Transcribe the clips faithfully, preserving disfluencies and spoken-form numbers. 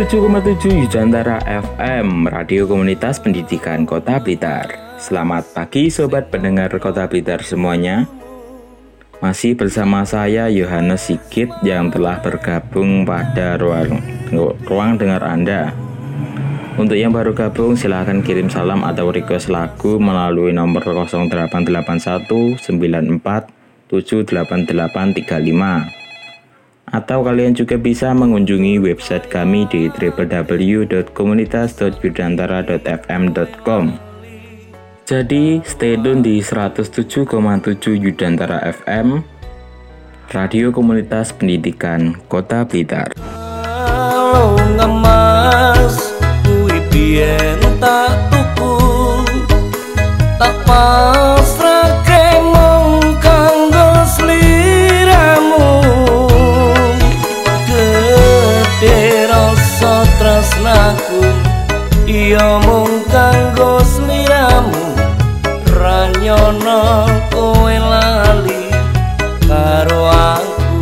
tujuh koma tujuh Yudantara F M, Radio Komunitas Pendidikan Kota Blitar. Selamat pagi sobat pendengar Kota Blitar semuanya. Masih bersama saya Yohanes Sigit yang telah bergabung pada ruang, ruang dengar Anda. Untuk yang baru gabung silahkan kirim salam atau request lagu melalui nomor nol delapan delapan satu sembilan empat tujuh delapan delapan tiga lima. Atau kalian juga bisa mengunjungi website kami di w w w dot komunitas dot yudantara dot f m dot com. Jadi stay tune di seratus tujuh koma tujuh Yudantara F M, Radio Komunitas Pendidikan Kota Blitar. Halo ngemas, kui bien tak tuku, tak pasrake mung kanggo sliramu. Gede rasa tresnaku, iya mung kanggo sliramu. Ranyono kowe lali karo aku.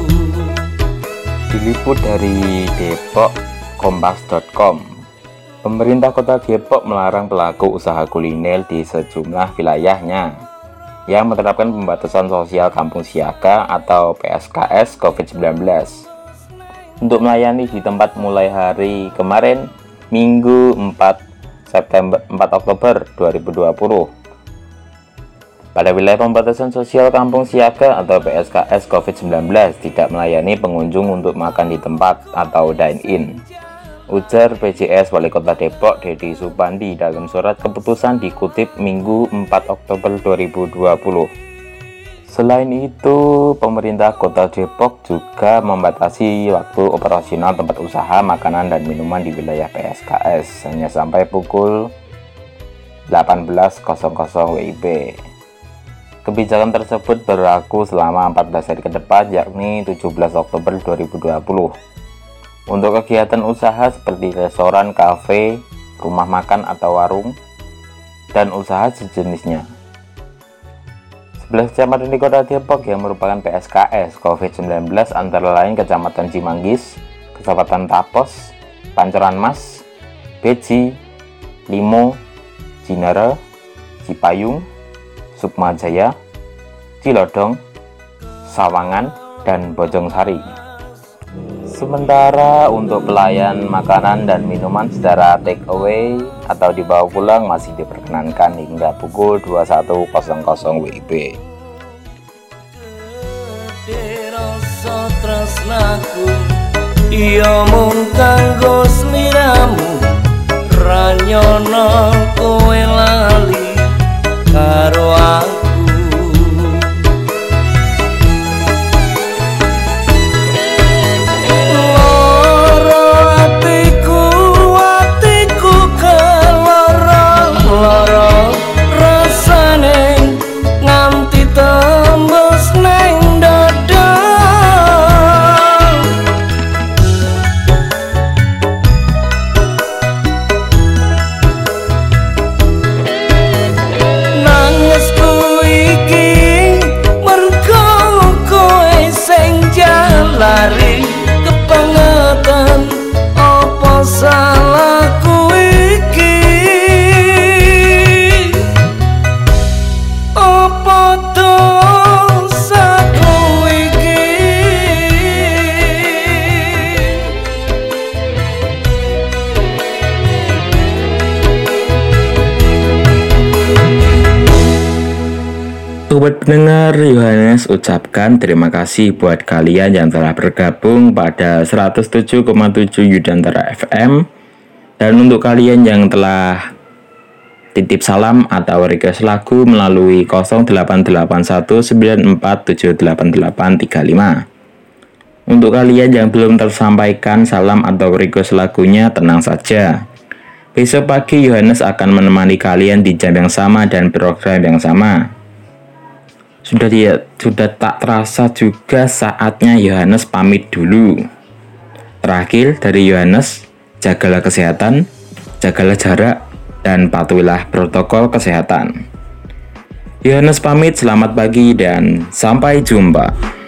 Diliput dari Depok kompas dot com. Pemerintah Kota Depok melarang pelaku usaha kuliner di sejumlah wilayahnya yang menerapkan pembatasan sosial kampung siaga atau P S K S covid sembilan belas untuk melayani di tempat mulai hari kemarin Minggu empat Oktober dua ribu dua puluh. Pada wilayah pembatasan sosial kampung siaga atau P S K S covid sembilan belas tidak melayani pengunjung untuk makan di tempat atau dine-in, ujar P J S Wali Kota Depok Dedi Supandi dalam surat keputusan dikutip Minggu empat Oktober dua ribu dua puluh. Selain itu, pemerintah Kota Depok juga membatasi waktu operasional tempat usaha makanan dan minuman di wilayah P S K S hanya sampai pukul delapan belas W I B. Kebijakan tersebut berlaku selama empat belas hari ke depan, yakni tujuh belas Oktober dua ribu dua puluh. Untuk kegiatan usaha seperti restoran, kafe, rumah makan atau warung, dan usaha sejenisnya. sebelas kecamatan di Kota Depok yang merupakan P S K S covid sembilan belas antara lain Kecamatan Cimanggis, Kecamatan Tapos, Pancoran Mas, Beji, Limo, Cinere, Cipayung, Sukmajaya, Cilodong, Sawangan, dan Bojongsari. Sementara untuk pelayan makanan dan minuman secara take away atau dibawa pulang masih diperkenankan hingga pukul dua puluh satu W I B. Iya mung kanggo sliramu, ranyono kowe lali karo aku. Loro atiku, atiku keloro-loro, rasane nganti tembus neng dada. Lari kepengetan apa salahku iki, apa dosaku iki. Sobat pendengar, Yohanes ucapkan terima kasih buat kalian yang telah bergabung pada seratus tujuh koma tujuh Yudantara F M. Dan untuk kalian yang telah titip salam atau request lagu melalui nol delapan delapan satu sembilan empat tujuh delapan delapan tiga lima. Untuk kalian yang belum tersampaikan salam atau request lagunya, tenang saja. Besok pagi Yohanes akan menemani kalian di jam yang sama dan program yang sama. Sudah dia, sudah tak terasa juga saatnya Yohanes pamit dulu. Terakhir dari Yohanes, jagalah kesehatan, jagalah jarak, dan patuhilah protokol kesehatan. Yohanes pamit, selamat pagi dan sampai jumpa.